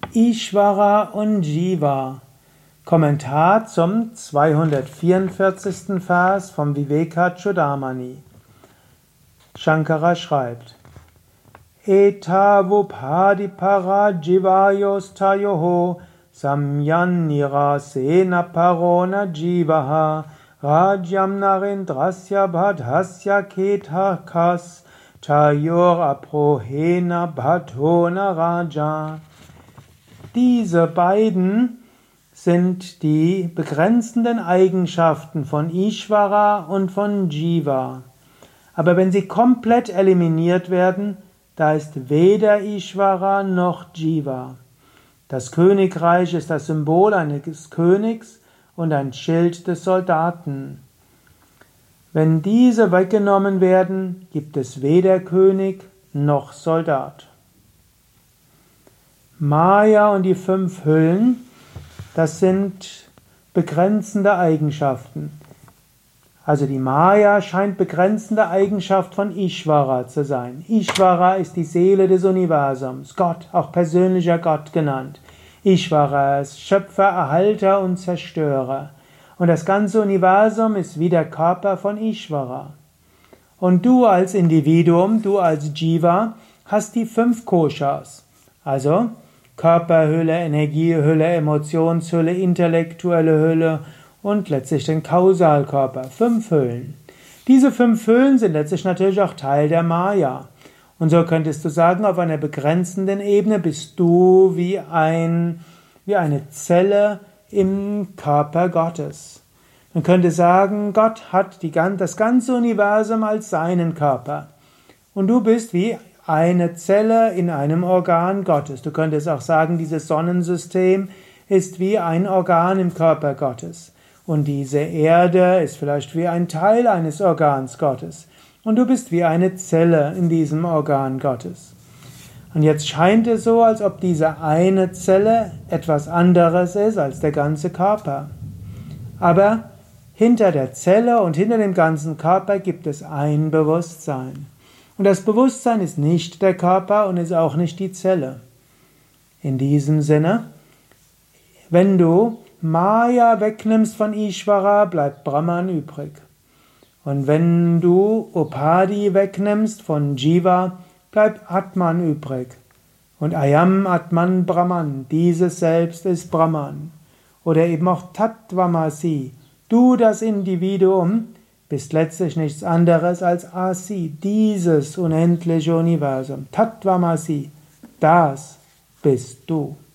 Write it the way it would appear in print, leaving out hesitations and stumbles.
Ishvara und Jiva. Kommentar zum 244. Vers vom Vivekachudamani. Shankara schreibt: Etavupadipara jivayostayoho samyan nirasena parona jivaha rajyam narendrasya bhadhasya ketakas tayor aprohena bhatona raja. Diese beiden sind die begrenzenden Eigenschaften von Ishvara und von Jiva. Aber wenn sie komplett eliminiert werden, da ist weder Ishvara noch Jiva. Das Königreich ist das Symbol eines Königs und ein Schild des Soldaten. Wenn diese weggenommen werden, gibt es weder König noch Soldat. Maya und die 5 Hüllen, das sind begrenzende Eigenschaften. Also die Maya scheint begrenzende Eigenschaft von Ishvara zu sein. Ishvara ist die Seele des Universums, Gott, auch persönlicher Gott genannt. Ishvara ist Schöpfer, Erhalter und Zerstörer. Und das ganze Universum ist wie der Körper von Ishvara. Und du als Individuum, du als Jiva, hast die 5 Koshas. Also Körperhülle, Energiehülle, Emotionshülle, intellektuelle Hülle und letztlich den Kausalkörper. 5 Hüllen. Diese 5 Hüllen sind letztlich natürlich auch Teil der Maya. Und so könntest du sagen, auf einer begrenzenden Ebene bist du wie eine Zelle im Körper Gottes. Man könnte sagen, Gott hat das ganze Universum als seinen Körper. Und du bist wie eine Zelle in einem Organ Gottes. Du könntest auch sagen, dieses Sonnensystem ist wie ein Organ im Körper Gottes. Und diese Erde ist vielleicht wie ein Teil eines Organs Gottes. Und du bist wie eine Zelle in diesem Organ Gottes. Und jetzt scheint es so, als ob diese eine Zelle etwas anderes ist als der ganze Körper. Aber hinter der Zelle und hinter dem ganzen Körper gibt es ein Bewusstsein. Und das Bewusstsein ist nicht der Körper und ist auch nicht die Zelle. In diesem Sinne, wenn du Maya wegnimmst von Ishvara, bleibt Brahman übrig. Und wenn du Upadi wegnimmst von Jiva, bleibt Atman übrig. Und Ayam Atman Brahman, dieses Selbst ist Brahman. Oder eben auch Tattvamasi, du das Individuum, bist letztlich nichts anderes als Asi, dieses unendliche Universum. Tattvamasi, das bist du.